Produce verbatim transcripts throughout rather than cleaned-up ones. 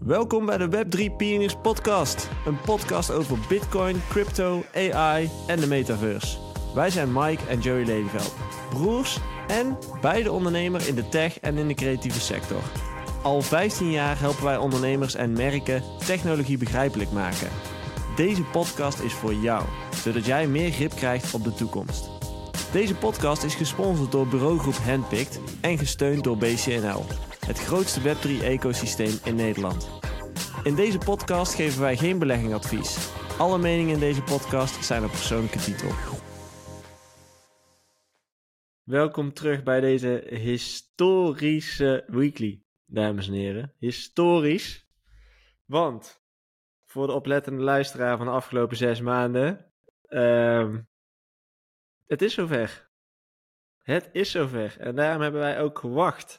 Welkom bij de Web drie Pioniers podcast. Een podcast over Bitcoin, crypto, A I en de metaverse. Wij zijn Mike en Joey Lelyveld, broers en beide ondernemer in de tech en in de creatieve sector. Al vijftien jaar helpen wij ondernemers en merken technologie begrijpelijk maken. Deze podcast is voor jou, zodat jij meer grip krijgt op de toekomst. Deze podcast is gesponsord door bureaugroep Handpicked en gesteund door B C N L, het grootste Web drie ecosysteem in Nederland. In deze podcast geven wij geen beleggingsadvies. Alle meningen in deze podcast zijn op persoonlijke titel. Welkom terug bij deze historische weekly, dames en heren. Historisch, want voor de oplettende luisteraar van de afgelopen zes maanden, uh, het is zover. Het is zover en daarom hebben wij ook gewacht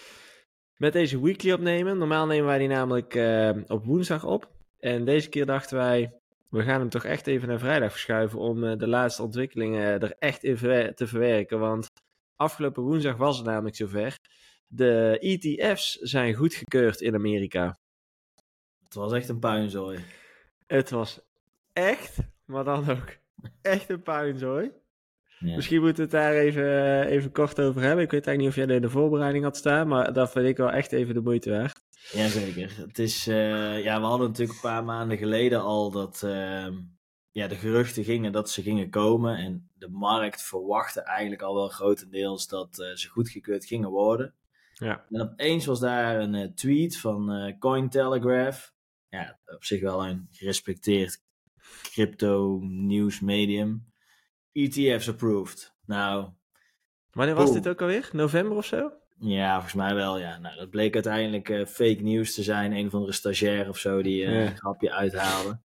met deze weekly opnemen. Normaal nemen wij die namelijk uh, op woensdag op. En deze keer dachten wij, we gaan hem toch echt even naar vrijdag verschuiven om uh, de laatste ontwikkelingen er echt in verwer- te verwerken. Want afgelopen woensdag was het namelijk zover. De E T F's zijn goedgekeurd in Amerika. Het was echt een puinzooi. Het was echt, maar dan ook echt een puinzooi. Ja. Misschien moeten we het daar even, even kort over hebben. Ik weet eigenlijk niet of jij er in de voorbereiding had staan, maar dat vind ik wel echt even de moeite waard. Jazeker. Het is, uh, ja, we hadden natuurlijk een paar maanden geleden al dat uh, ja, de geruchten gingen dat ze gingen komen. En de markt verwachtte eigenlijk al wel grotendeels dat uh, ze goedgekeurd gingen worden. Ja. En opeens was daar een uh, tweet van uh, Cointelegraph. Ja, op zich wel een gerespecteerd crypto nieuwsmedium. E T F's approved. Nou. Wanneer was oh. dit ook alweer? November of zo? Ja, volgens mij wel, ja. Nou, dat bleek uiteindelijk uh, fake nieuws te zijn. Een of andere stagiair of zo die uh, ja. een grapje uithaalde.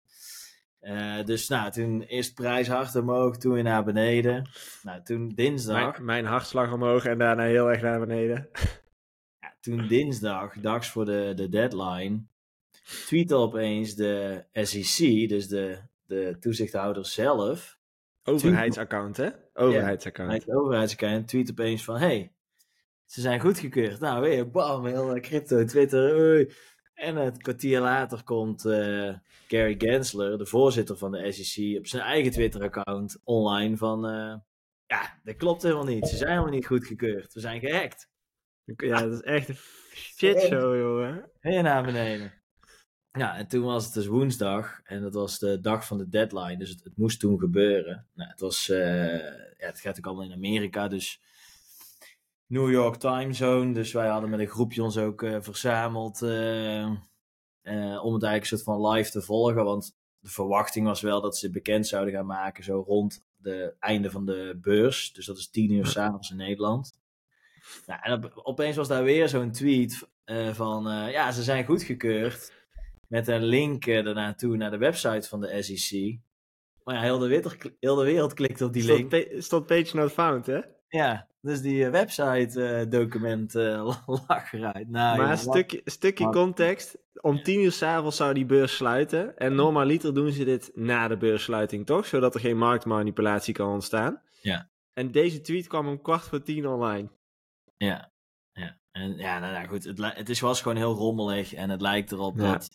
Uh, dus nou, toen eerst prijs hard omhoog, toen weer naar beneden. Nou, toen dinsdag... Mijn, mijn hartslag omhoog en daarna heel erg naar beneden. Ja, toen dinsdag, dags voor de, de deadline, tweette opeens de S E C, dus de, de toezichthouder zelf... Overheidsaccount, hè? Overheidsaccount. Ja, overheidsaccount tweet opeens van, hey, ze zijn goedgekeurd. Nou, weer, bam, heel crypto, Twitter, oei. En het kwartier later komt uh, Gary Gensler, de voorzitter van de S E C, op zijn eigen Twitter-account online van, uh, ja, dat klopt helemaal niet. Ze zijn helemaal niet goedgekeurd. We zijn gehackt. Ja, dat is echt een shitshow, jongen. Heel naar beneden. Ja, en toen was het dus woensdag en dat was de dag van de deadline, dus het, het moest toen gebeuren. Nou, het was, uh, ja, het gaat natuurlijk allemaal in Amerika, dus New York time zone, dus wij hadden met een groepje ons ook uh, verzameld uh, uh, om het eigenlijk een soort van live te volgen, want de verwachting was wel dat ze het bekend zouden gaan maken zo rond het einde van de beurs, dus dat is tien uur 's avonds in Nederland. Nou, en op, opeens was daar weer zo'n tweet uh, van, uh, ja, ze zijn goedgekeurd. Met een link uh, daarnaartoe naar de website van de S E C. Maar ja, heel de, witter, heel de wereld klikt op die stond link. Pa- stond page not found, hè? Ja, dus die uh, website uh, document uh, lag eruit. Nou, maar ja, een stukje, stukje maar... context. Om tien uur 's avonds zou die beurs sluiten. En normaliter doen ze dit na de beursluiting, toch? Zodat er geen marktmanipulatie kan ontstaan. Ja. En deze tweet kwam om kwart voor tien online. Ja. Ja. En ja, nou, nou goed. Het, het is, was gewoon heel rommelig. En het lijkt erop ja. dat...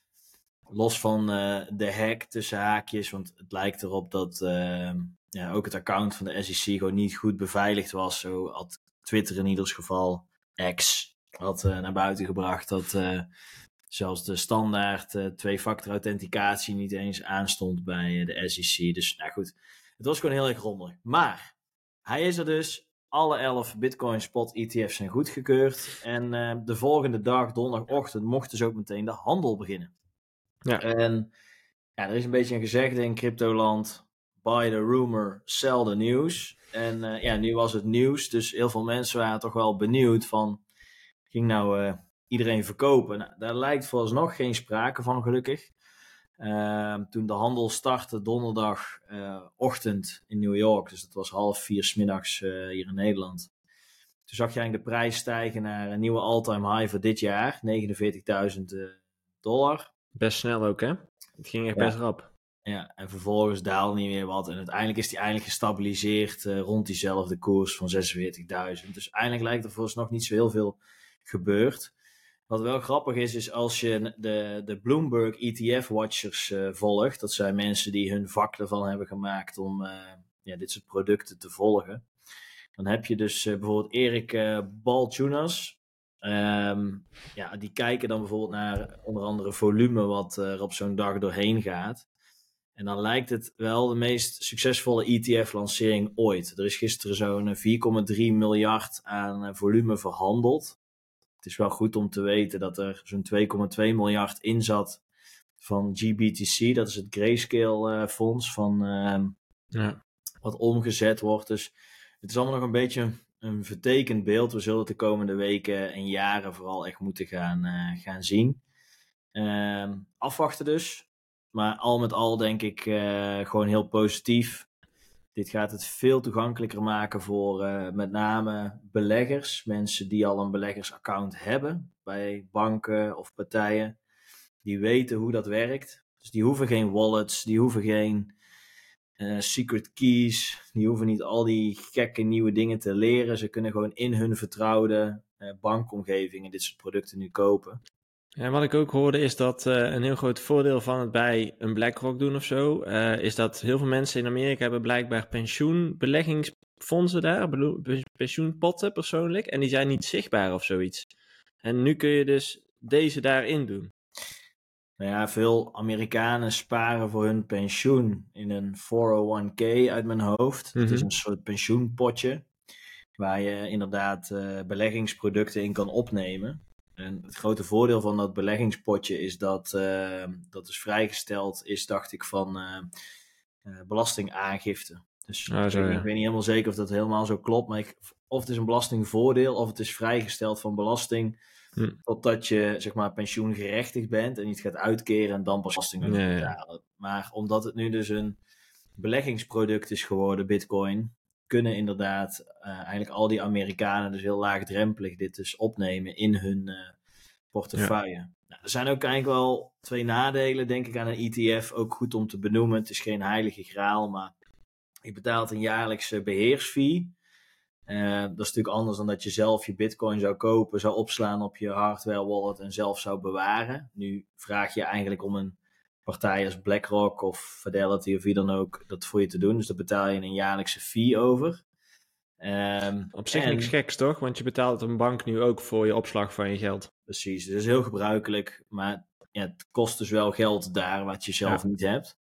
Los van uh, de hack tussen haakjes, want het lijkt erop dat uh, ja, ook het account van de S E C gewoon niet goed beveiligd was. Zo had Twitter in ieder geval, X, had uh, naar buiten gebracht dat uh, zelfs de standaard uh, twee-factor authenticatie niet eens aanstond bij uh, de S E C. Dus nou goed, het was gewoon heel erg rommelig. Maar hij is er dus. Alle elf Bitcoin spot E T F's zijn goedgekeurd. En uh, de volgende dag, donderdagochtend, mocht dus ook meteen de handel beginnen. Ja. En ja, er is een beetje een gezegde in cryptoland, buy the rumor, sell the news. En uh, ja, nu was het nieuws, dus heel veel mensen waren toch wel benieuwd van, ging nou uh, iedereen verkopen? Nou, daar lijkt vooralsnog geen sprake van, gelukkig. Uh, toen de handel startte donderdagochtend uh, in New York, dus dat was half vier 's middags uh, hier in Nederland. Toen zag je eigenlijk de prijs stijgen naar een nieuwe all-time high voor dit jaar, negenenveertigduizend uh, dollar. Best snel ook, hè? Het ging echt ja. best rap. Ja, en vervolgens daalde niet meer wat. En uiteindelijk is die eindelijk gestabiliseerd uh, rond diezelfde koers van zesenveertigduizend. Dus eindelijk lijkt er vooralsnog niet zo heel veel gebeurd. Wat wel grappig is, is als je de, de Bloomberg E T F-watchers uh, volgt. Dat zijn mensen die hun vak ervan hebben gemaakt om uh, ja, dit soort producten te volgen. Dan heb je dus uh, bijvoorbeeld Erik uh, Balchunas. Um, ja, die kijken dan bijvoorbeeld naar onder andere volume wat uh, er op zo'n dag doorheen gaat. En dan lijkt het wel de meest succesvolle E T F-lancering ooit. Er is gisteren zo'n vier komma drie miljard aan uh, volume verhandeld. Het is wel goed om te weten dat er zo'n twee komma twee miljard in zat van G B T C. Dat is het Grayscale uh, fonds van, uh, ja. wat omgezet wordt. Dus het is allemaal nog een beetje een vertekend beeld. We zullen het de komende weken en jaren vooral echt moeten gaan, uh, gaan zien. Uh, afwachten dus. Maar al met al denk ik uh, gewoon heel positief. Dit gaat het veel toegankelijker maken voor uh, met name beleggers. Mensen die al een beleggersaccount hebben bij banken of partijen. Die weten hoe dat werkt. Dus die hoeven geen wallets, die hoeven geen uh, secret keys. Die hoeven niet al die gekke nieuwe dingen te leren. Ze kunnen gewoon in hun vertrouwde uh, bankomgevingen dit soort producten nu kopen. Ja, wat ik ook hoorde is dat uh, een heel groot voordeel van het bij een BlackRock doen of zo, uh, is dat heel veel mensen in Amerika hebben blijkbaar pensioenbeleggingsfondsen daar, pensioenpotten persoonlijk, en die zijn niet zichtbaar of zoiets. En nu kun je dus deze daarin doen. Nou ja, veel Amerikanen sparen voor hun pensioen in een vier oh one k uit mijn hoofd. Mm-hmm. Het is een soort pensioenpotje waar je inderdaad uh, beleggingsproducten in kan opnemen. En het grote voordeel van dat beleggingspotje is dat uh, dat dus vrijgesteld is, dacht ik, van uh, uh, belastingaangifte. Dus ah, zo, ik, ja. ik weet niet helemaal zeker of dat helemaal zo klopt, maar ik, of het is een belastingvoordeel of het is vrijgesteld van belasting, hm. totdat je zeg maar pensioengerechtigd bent en niet gaat uitkeren en dan pas belasting moet betalen. Ja, ja. Maar omdat het nu dus een beleggingsproduct is geworden, Bitcoin, kunnen inderdaad uh, eigenlijk al die Amerikanen dus heel laagdrempelig dit dus opnemen in hun uh, portefeuille. Ja. Nou, er zijn ook eigenlijk wel twee nadelen, denk ik, aan een E T F. Ook goed om te benoemen. Het is geen heilige graal, maar je betaalt een jaarlijkse beheersfee. Uh, dat is natuurlijk anders dan dat je zelf je bitcoin zou kopen, zou opslaan op je hardware wallet en zelf zou bewaren. Nu vraag je eigenlijk om een partij als BlackRock of Fidelity of wie dan ook dat voor je te doen. Dus daar betaal je een jaarlijkse fee over. Um, Op zich en... niks geks, toch? Want je betaalt een bank nu ook voor je opslag van je geld. Precies, dat is heel gebruikelijk. Maar ja, het kost dus wel geld daar wat je zelf ja. niet hebt.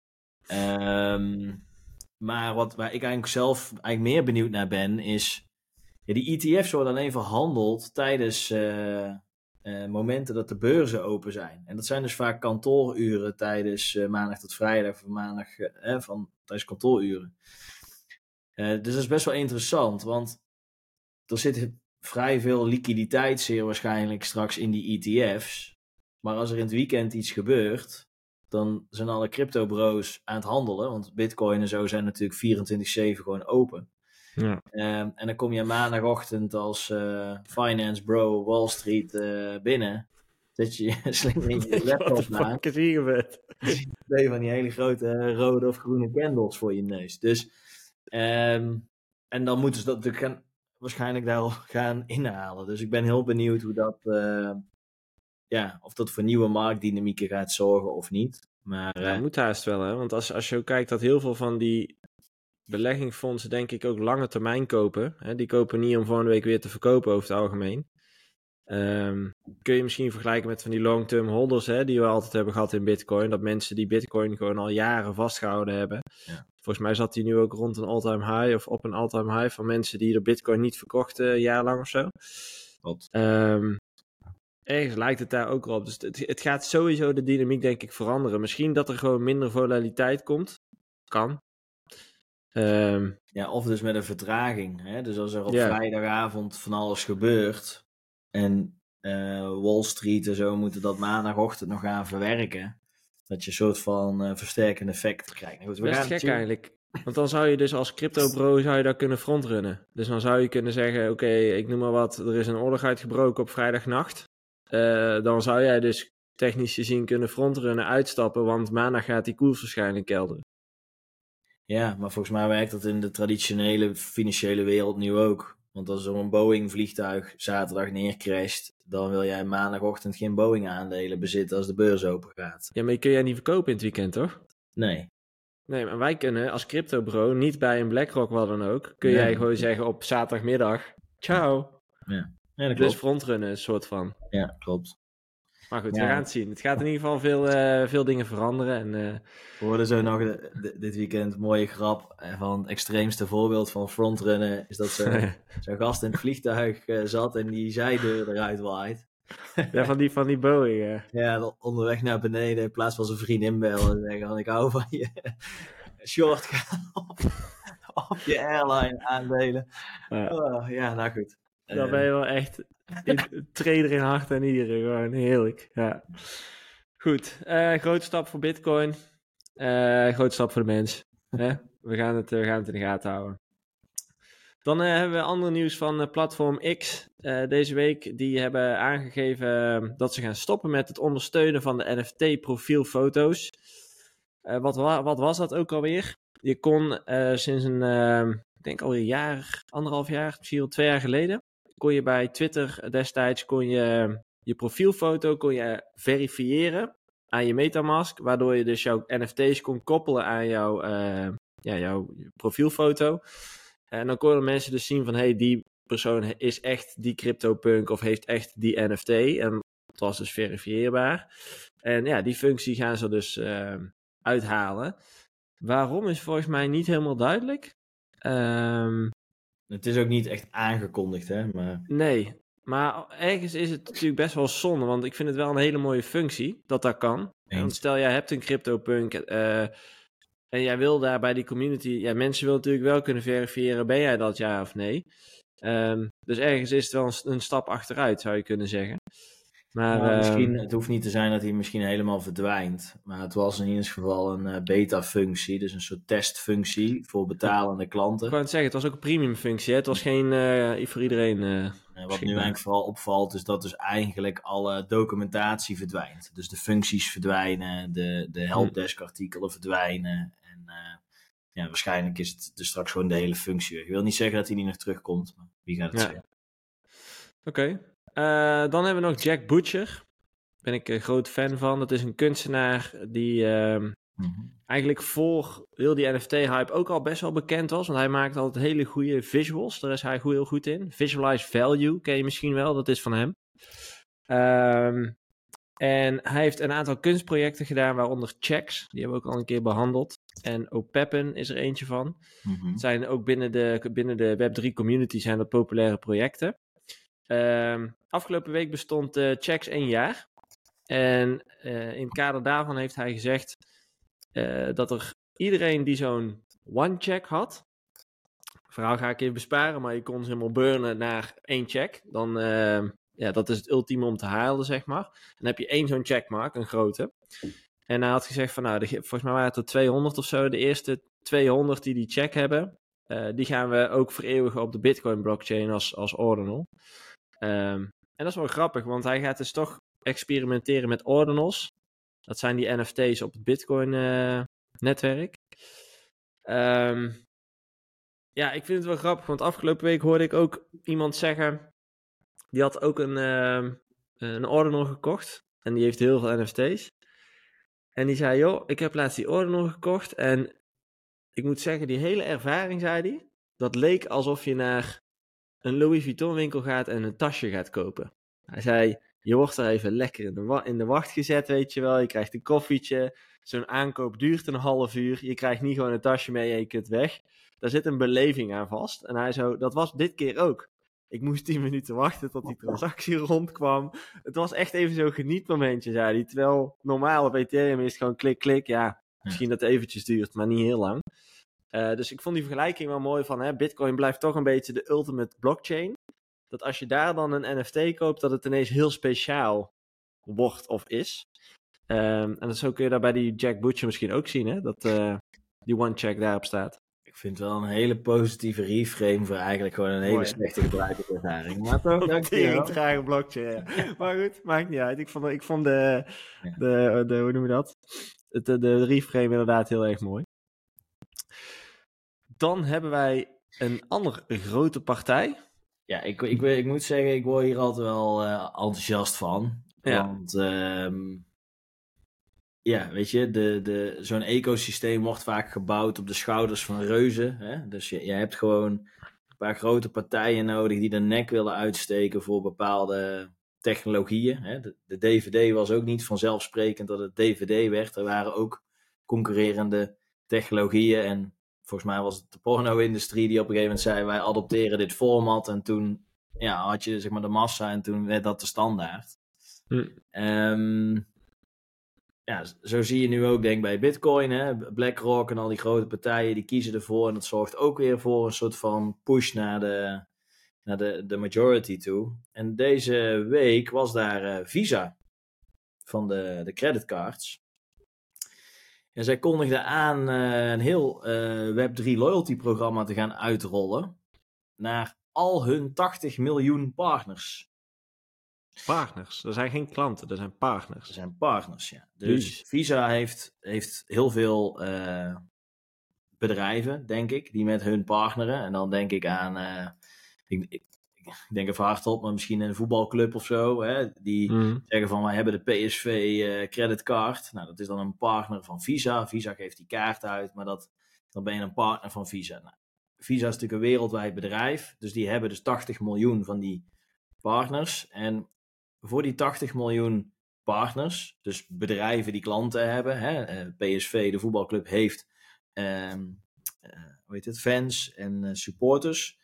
Um, maar wat, waar ik eigenlijk zelf eigenlijk meer benieuwd naar ben, is... Ja, die E T F's worden alleen verhandeld tijdens... Uh, Uh, momenten dat de beurzen open zijn. En dat zijn dus vaak kantooruren tijdens uh, maandag tot vrijdag of maandag uh, eh, van, tijdens kantooruren. Uh, dus dat is best wel interessant, want er zit vrij veel liquiditeit zeer waarschijnlijk straks in die E T F's. Maar als er in het weekend iets gebeurt, dan zijn alle crypto-bro's aan het handelen, want Bitcoin en zo zijn natuurlijk vierentwintig zeven gewoon open. Ja. Um, en dan kom je maandagochtend als uh, finance bro Wall Street uh, binnen. Zet je je slinger in je laptop aan. Wat is hier gebeurd? Twee van die hele grote uh, rode of groene candles voor je neus. Dus, um, en dan moeten ze dat natuurlijk gaan, waarschijnlijk daar al gaan inhalen. Dus ik ben heel benieuwd hoe dat, uh, ja, of dat voor nieuwe marktdynamieken gaat zorgen of niet. Maar, uh, ja, moet haast wel, hè? Want als, als je ook kijkt dat heel veel van die beleggingsfondsen denk ik ook lange termijn kopen. Hè? Die kopen niet om volgende week weer te verkopen over het algemeen. Um, kun je misschien vergelijken met van die long-term holders, hè, die we altijd hebben gehad in Bitcoin. Dat mensen die Bitcoin gewoon al jaren vastgehouden hebben. Ja. Volgens mij zat die nu ook rond een all-time high of op een all-time high van mensen die de Bitcoin niet verkochten een jaar lang of zo. Wat? Um, ergens lijkt het daar ook op. Dus het, het gaat sowieso de dynamiek denk ik veranderen. Misschien dat er gewoon minder volatiliteit komt. Kan. Um, ja, of dus met een vertraging. Hè? Dus als er op yeah. vrijdagavond van alles gebeurt en uh, Wall Street en zo moeten dat maandagochtend nog gaan verwerken, dat je een soort van uh, versterkend effect krijgt. Goed, we Best gaan gek natuurlijk... eigenlijk. Want dan zou je dus als crypto bro zou je dat kunnen frontrunnen. Dus dan zou je kunnen zeggen, oké, okay, ik noem maar wat, er is een oorlog uitgebroken op vrijdagnacht. Uh, dan zou jij dus technisch gezien kunnen frontrunnen, uitstappen, want maandag gaat die koers waarschijnlijk kelderen. Ja, maar volgens mij werkt dat in de traditionele financiële wereld nu ook. Want als er een Boeing vliegtuig zaterdag neercrasht, dan wil jij maandagochtend geen Boeing aandelen bezitten als de beurs open gaat. Ja, maar je kun jij niet verkopen in het weekend, toch? Nee. Nee, maar wij kunnen als crypto-bureau niet bij een BlackRock wat dan ook. Kun Nee. jij gewoon zeggen op zaterdagmiddag, ciao. Ja, ja dat Dus klopt. frontrunnen, een soort van. Ja, klopt. Maar goed, Ja. we gaan het zien. Het gaat in ieder geval veel, uh, veel dingen veranderen. En, uh... We hoorden zo nog de, de, dit weekend een mooie grap van het extreemste voorbeeld van frontrunnen. Is dat zo'n zo gast in het vliegtuig uh, zat en die zijdeur eruit waait. Ja, van die, van die Boeing. Uh. Ja, onderweg naar beneden in plaats van zijn vriendin bellen en zeggen van ik hou van je short gaan op, op je airline aandelen. Ja, oh, ja nou goed. Dan ben je wel echt in, trader in hart en nieren. Gewoon heerlijk. Ja. Goed. Uh, grote stap voor Bitcoin. Uh, grote stap voor de mens. Hè? We, gaan het, we gaan het in de gaten houden. Dan uh, hebben we ander nieuws van uh, platform X. Uh, deze week die hebben aangegeven uh, dat ze gaan stoppen met het ondersteunen van de N F T profielfoto's. Uh, wat, wa- wat was dat ook alweer? Je kon uh, sinds een, uh, ik denk al een jaar, anderhalf jaar, misschien al twee jaar geleden, kon je bij Twitter destijds kon je je profielfoto kon je verifiëren aan je MetaMask, waardoor je dus jouw N F T's kon koppelen aan jouw, uh, ja, jouw profielfoto. En dan konden mensen dus zien van, hey, die persoon is echt die CryptoPunk of heeft echt die N F T. En het was dus verifieerbaar. En ja, die functie gaan ze dus uh, uithalen. Waarom is volgens mij niet helemaal duidelijk. Um, het is ook niet echt aangekondigd, hè? Maar... Nee, maar ergens is het natuurlijk best wel zonde, want ik vind het wel een hele mooie functie dat dat kan. Want stel, jij hebt een CryptoPunk uh, en jij wil daar bij die community, ja, mensen willen natuurlijk wel kunnen verifiëren, ben jij dat ja of nee? Um, dus ergens is het wel een, een stap achteruit, zou je kunnen zeggen. Maar, nou, misschien, uh, het hoeft niet te zijn dat hij misschien helemaal verdwijnt. Maar het was in ieder geval een uh, beta-functie. Dus een soort testfunctie voor betalende klanten. Ik wou het zeggen, het was ook een premium functie. Hè? Het was geen uh, voor iedereen. Uh, en wat nu eigenlijk vooral opvalt, is dat dus eigenlijk alle documentatie verdwijnt. Dus de functies verdwijnen, de, de helpdesk artikelen verdwijnen. En uh, ja, waarschijnlijk is het dus straks gewoon de hele functie. Ik wil niet zeggen dat hij niet nog terugkomt, maar wie gaat het ja. zeggen? Oké. Okay. Uh, dan hebben we nog Jack Butcher. Daar ben ik een groot fan van. Dat is een kunstenaar die uh, mm-hmm. eigenlijk voor heel die N F T-hype ook al best wel bekend was. Want hij maakt altijd hele goede visuals. Daar is hij goed, heel goed in. Visualize Value ken je misschien wel. Dat is van hem. Um, en hij heeft een aantal kunstprojecten gedaan, waaronder Checks. Die hebben we ook al een keer behandeld. En Opeppen is er eentje van. Mm-hmm. Het zijn ook binnen de, binnen de Web drie community zijn dat populaire projecten. Uh, afgelopen week bestond uh, Checks één jaar. En uh, in het kader daarvan heeft hij gezegd uh, dat er iedereen die zo'n one-check had. Het verhaal ga ik even besparen, maar je kon ze helemaal burnen naar één check. Dan, uh, ja, dat is het ultieme om te halen, zeg maar. Dan heb je één zo'n checkmark, een grote. En hij had gezegd van, nou, de, volgens mij waren het er tweehonderd of zo. De eerste tweehonderd die die check hebben, uh, die gaan we ook vereeuwigen op de Bitcoin blockchain als, als ordinal. Um, en dat is wel grappig, want hij gaat dus toch experimenteren met ordinals. Dat zijn die N F T's op het Bitcoin-netwerk. Uh, um, ja, ik vind het wel grappig, want afgelopen week hoorde ik ook iemand zeggen, die had ook een, uh, een ordinal gekocht. En die heeft heel veel N F T's. En die zei, joh, ik heb laatst die ordinal gekocht. En ik moet zeggen, die hele ervaring, zei hij, dat leek alsof je naar een Louis Vuitton winkel gaat en een tasje gaat kopen. Hij zei, je wordt er even lekker in de, wa- in de wacht gezet, weet je wel. Je krijgt een koffietje. Zo'n aankoop duurt een half uur. Je krijgt niet gewoon een tasje mee en je kunt weg. Daar zit een beleving aan vast. En hij zo, dat was dit keer ook. Ik moest tien minuten wachten tot die transactie rondkwam. Het was echt even zo'n genietmomentje, zei hij. Terwijl normaal op Ethereum is het gewoon klik, klik. Ja, misschien dat het eventjes duurt, maar niet heel lang. Uh, dus ik vond die vergelijking wel mooi van, hè, Bitcoin blijft toch een beetje de ultimate blockchain. Dat als je daar dan een N F T koopt, dat het ineens heel speciaal wordt of is. Um, en zo kun je daar bij die Jack Butcher misschien ook zien, hè, dat uh, die one-check daarop staat. Ik vind het wel een hele positieve reframe voor eigenlijk gewoon een hele mooi. Slechte gebruikerservaring. Maar toch, dankjewel. Een trage blockchain, ja. Maar goed, maakt niet uit. Ik vond, ik vond de, ja. de, de, hoe noem je dat? De, de reframe inderdaad heel erg mooi. Dan hebben wij een andere grote partij. Ja, ik, ik, ik moet zeggen, ik word hier altijd wel uh, enthousiast van. Ja. Want um, ja, weet je, de, de, zo'n ecosysteem wordt vaak gebouwd op de schouders van reuzen. Hè? Dus je, je hebt gewoon een paar grote partijen nodig die de nek willen uitsteken voor bepaalde technologieën. Hè? De, de D V D was ook niet vanzelfsprekend dat het D V D werd. Er waren ook concurrerende technologieën. En volgens mij was het de porno-industrie die op een gegeven moment zei: wij adopteren dit format. En toen ja, had je zeg maar de massa en toen werd dat de standaard. Hm. Um, ja, zo zie je nu ook denk ik bij Bitcoin. Hè? BlackRock en al die grote partijen die kiezen ervoor. En dat zorgt ook weer voor een soort van push naar de, naar de, de majority toe. En deze week was daar uh, Visa van de, de creditcards. En zij kondigden aan uh, een heel uh, Web drie loyalty programma te gaan uitrollen naar al hun tachtig miljoen partners. Partners, dat zijn geen klanten, dat zijn partners. Dat zijn partners, ja. Dus Jeez. Visa heeft, heeft heel veel uh, bedrijven, denk ik, die met hun partneren. En dan denk ik aan, uh, ik, ik, ik denk even hardop, maar misschien een voetbalclub of zo. Hè, die mm. zeggen van, wij hebben de P S V uh, creditcard. Nou, dat is dan een partner van Visa. Visa geeft die kaart uit, maar dat, dan ben je een partner van Visa. Nou, Visa is natuurlijk een wereldwijd bedrijf. Dus die hebben dus tachtig miljoen van die partners. En voor die tachtig miljoen partners, dus bedrijven die klanten hebben, hè, P S V, de voetbalclub, heeft um, uh, hoe heet het, fans en uh, supporters.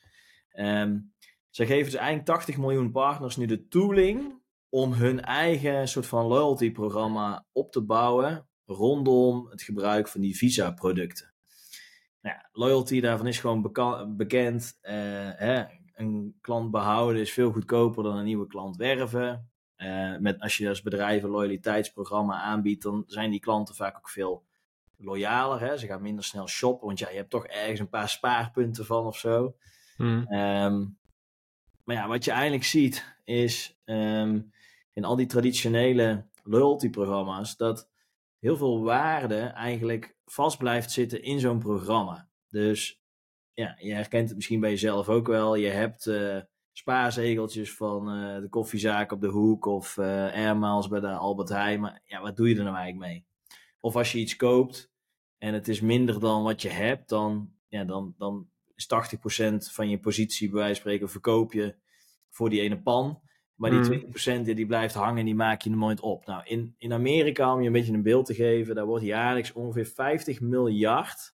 Um, ze geven dus eigenlijk tachtig miljoen partners nu de tooling om hun eigen soort van loyalty programma op te bouwen rondom het gebruik van die Visa producten. Nou ja, loyalty daarvan is gewoon beka- bekend. Uh, hè, een klant behouden is veel goedkoper dan een nieuwe klant werven. Uh, met, als je als bedrijf een loyaliteitsprogramma aanbiedt, dan zijn die klanten vaak ook veel loyaler. Hè? Ze gaan minder snel shoppen, want ja, je hebt toch ergens een paar spaarpunten van of zo. Mm. Um, maar ja, wat je eigenlijk ziet is um, in al die traditionele loyalty-programma's dat heel veel waarde eigenlijk vast blijft zitten in zo'n programma. Dus ja, je herkent het misschien bij jezelf ook wel. Je hebt uh, spaarzegeltjes van uh, de koffiezaak op de hoek of uh, Air Miles bij de Albert Heijn. Maar ja, wat doe je er nou eigenlijk mee? Of als je iets koopt en het is minder dan wat je hebt, dan, ja, dan, dan is tachtig procent van je positie, bij wijze van spreken, verkoop je voor die ene pan. Maar die twintig procent die blijft hangen, die maak je nooit op. Nou, in, in Amerika, om je een beetje een beeld te geven, daar wordt jaarlijks ongeveer vijftig miljard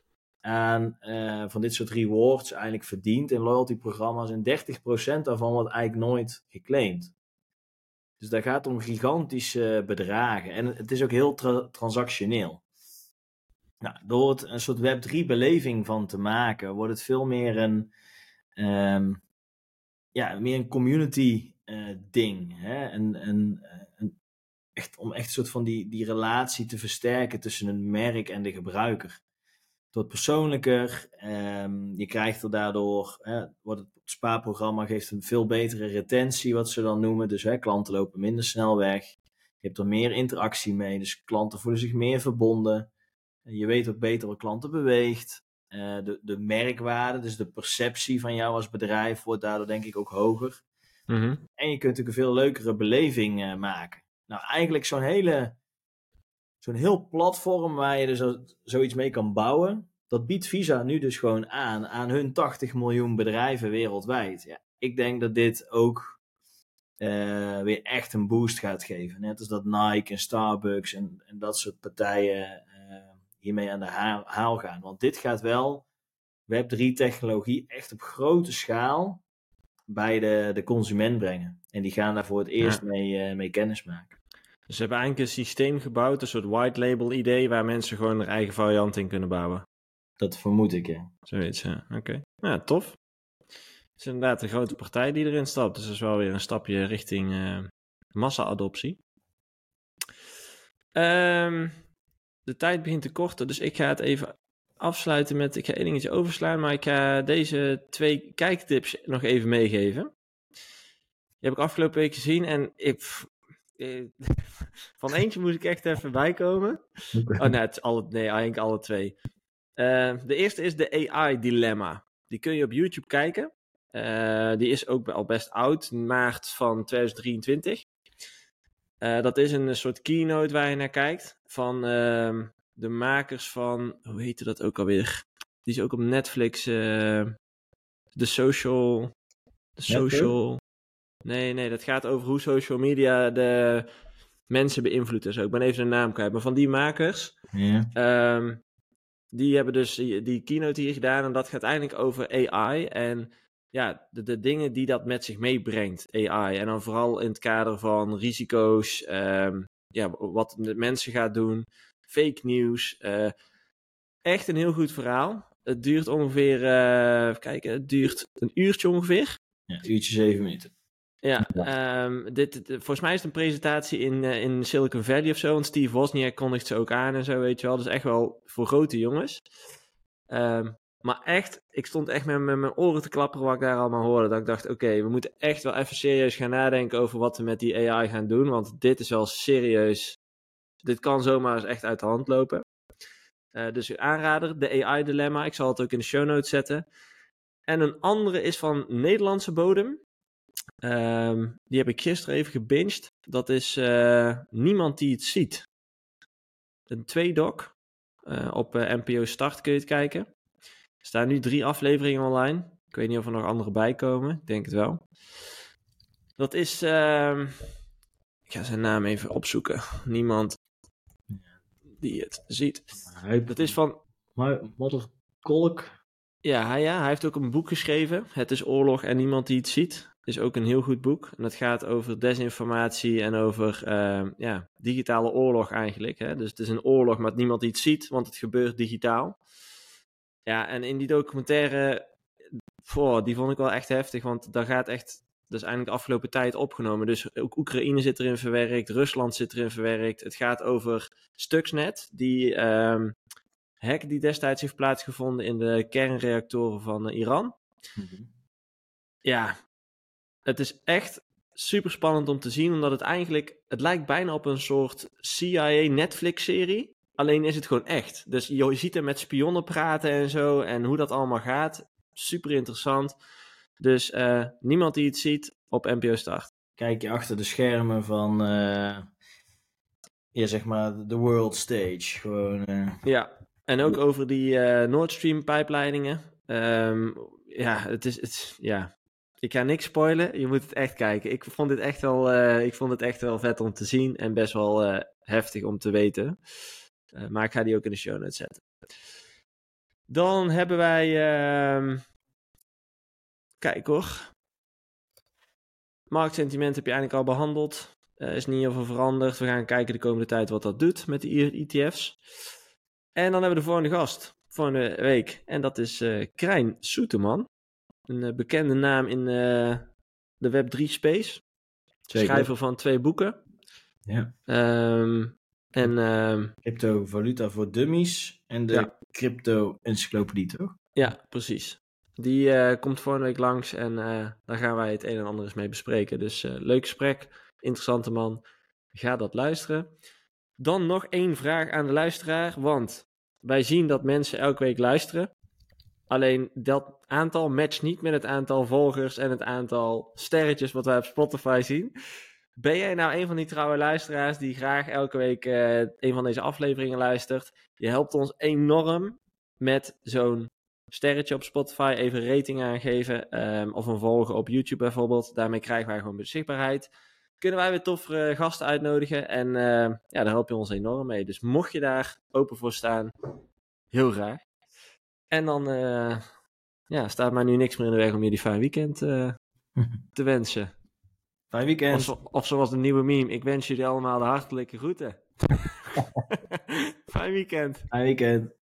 aan uh, van dit soort rewards eigenlijk verdiend in loyalty-programma's. En dertig procent daarvan wordt eigenlijk nooit geclaimd. Dus daar gaat het om gigantische bedragen. En het is ook heel tra- transactioneel. Nou, door het een soort Web drie beleving van te maken, wordt het veel meer een, um, ja, meer een community uh, ding. Hè? Een, een, een, echt, om echt een soort van die, die relatie te versterken tussen een merk en de gebruiker. Het wordt persoonlijker. Um, je krijgt er daardoor, hè, wordt het spaarprogramma geeft een veel betere retentie, wat ze dan noemen. Dus hè, klanten lopen minder snel weg. Je hebt er meer interactie mee, dus klanten voelen zich meer verbonden. Je weet ook beter wat klanten beweegt. Uh, de, de merkwaarde, dus de perceptie van jou als bedrijf, wordt daardoor denk ik ook hoger. Mm-hmm. En je kunt natuurlijk een veel leukere beleving uh, maken. Nou, eigenlijk zo'n hele, zo'n heel platform waar je dus zo, zoiets mee kan bouwen, dat biedt Visa nu dus gewoon aan aan hun tachtig miljoen bedrijven wereldwijd. Ja, ik denk dat dit ook uh, weer echt een boost gaat geven. Net als dat Nike en Starbucks en, en dat soort partijen uh, hiermee aan de haal, haal gaan. Want dit gaat wel Web drie technologie echt op grote schaal bij de, de consument brengen. En die gaan daar voor het eerst ja. mee, uh, mee kennis maken. Dus ze hebben eigenlijk een systeem gebouwd, een soort white label idee, waar mensen gewoon hun eigen variant in kunnen bouwen. Dat vermoed ik, ja. Zoiets, ja. Oké. Okay. Ja, tof. Het is inderdaad een grote partij die erin stapt. Dus dat is wel weer een stapje richting uh, massa-adoptie. Um, de tijd begint te korten, dus ik ga het even afsluiten met... Ik ga één dingetje overslaan, maar ik ga deze twee kijktips nog even meegeven. Die heb ik afgelopen week gezien en ik... Van eentje moest ik echt even bijkomen. Oh nee, het is alle, nee, eigenlijk alle twee. Uh, de eerste is de A I-dilemma. Die kun je op YouTube kijken. Uh, die is ook al best oud, maart van twintig drieëntwintig. Uh, dat is een soort keynote waar je naar kijkt. Van uh, de makers van, hoe heette dat ook alweer? Die is ook op Netflix. Uh, The Social... The Social... Nee, nee, dat gaat over hoe social media de mensen beïnvloedt en zo. Ik ben even de naam kwijt. Maar van die makers... Ja. Um, die hebben dus die, die keynote hier gedaan. En dat gaat eigenlijk over A I. En ja, de, de dingen die dat met zich meebrengt. A I. En dan vooral in het kader van risico's. Um, ja, wat de mensen gaat doen. Fake nieuws. Uh, echt een heel goed verhaal. Het duurt ongeveer... Uh, even kijken. Het duurt een uurtje ongeveer. Ja, een uurtje zeven minuten. Ja, um, dit, dit, volgens mij is het een presentatie in, uh, in Silicon Valley of zo. Want Steve Wozniak kondigt ze ook aan en zo, weet je wel. Dus echt wel voor grote jongens. Um, maar echt, ik stond echt met, met mijn oren te klapperen wat ik daar allemaal hoorde. Dat ik dacht, oké, okay, we moeten echt wel even serieus gaan nadenken over wat we met die A I gaan doen. Want dit is wel serieus. Dit kan zomaar eens echt uit de hand lopen. Uh, dus aanrader, de A I-dilemma. Ik zal het ook in de show notes zetten. En een andere is van Nederlandse bodem. Um, die heb ik gisteren even gebinged. Dat is uh, Niemand die het ziet. Een tweedoc. Uh, op uh, N P O Start kun je het kijken. Er staan nu drie afleveringen online. Ik weet niet of er nog andere bij komen. Ik denk het wel. Dat is... Uh, ik ga zijn naam even opzoeken. Niemand die het ziet. Dat is van... Modder Kolk. Ja hij, ja, hij heeft ook een boek geschreven. Het is oorlog en niemand die het ziet. Is ook een heel goed boek. En dat gaat over desinformatie en over uh, ja, digitale oorlog eigenlijk. Hè? Dus het is een oorlog met niemand die het ziet, want het gebeurt digitaal. Ja, en in die documentaire, voor, die vond ik wel echt heftig, want daar gaat echt, dat is eigenlijk de afgelopen tijd opgenomen. Dus ook Oekraïne zit erin verwerkt, Rusland zit erin verwerkt. Het gaat over Stuxnet, die um, hack die destijds heeft plaatsgevonden in de kernreactoren van uh, Iran. Mm-hmm. Ja, het is echt super spannend om te zien, omdat het eigenlijk, het lijkt bijna op een soort C I A-Netflix-serie. Alleen is het gewoon echt. Dus je ziet er met spionnen praten en zo, en hoe dat allemaal gaat. Super interessant. Dus uh, niemand die het ziet op N P O Start. Kijk je achter de schermen van, uh, ja, zeg maar, de world stage. Gewoon, uh... Ja, en ook over die uh, Nord Stream pijpleidingen. Um, ja, het is, het, ja... Ik ga niks spoilen, je moet het echt kijken. Ik vond dit echt wel, uh, ik vond het echt wel vet om te zien en best wel uh, heftig om te weten. Uh, maar ik ga die ook in de show notes zetten. Dan hebben wij... Uh... Kijk hoor. Marktsentiment heb je eigenlijk al behandeld. Er uh, is niet heel veel veranderd. We gaan kijken de komende tijd wat dat doet met de E T F's. En dan hebben we de volgende gast. Volgende week. En dat is uh, Krijn Soeterman. Een uh, bekende naam in uh, de Web drie space. Zeker. Schrijver van twee boeken. Ja. Um, en, um, Cryptovaluta voor dummies en de ja. crypto-encyclopedie, toch? Ja, precies. Die uh, komt volgende week langs en uh, daar gaan wij het een en ander eens mee bespreken. Dus uh, leuk gesprek, interessante man. Ga dat luisteren. Dan nog één vraag aan de luisteraar, want wij zien dat mensen elke week luisteren. Alleen dat aantal matcht niet met het aantal volgers en het aantal sterretjes wat wij op Spotify zien. Ben jij nou een van die trouwe luisteraars die graag elke week uh, een van deze afleveringen luistert? Je helpt ons enorm met zo'n sterretje op Spotify, even een rating aangeven um, of een volgen op YouTube bijvoorbeeld. Daarmee krijgen wij gewoon beschikbaarheid. Kunnen wij weer toffere gasten uitnodigen en uh, ja, daar help je ons enorm mee. Dus mocht je daar open voor staan, heel graag. En dan uh, ja, staat mij nu niks meer in de weg om je die fijn weekend uh, te wensen. Fijn weekend. Of, of zoals de nieuwe meme, ik wens jullie allemaal de hartelijke groeten. Fijn weekend. Fijn weekend.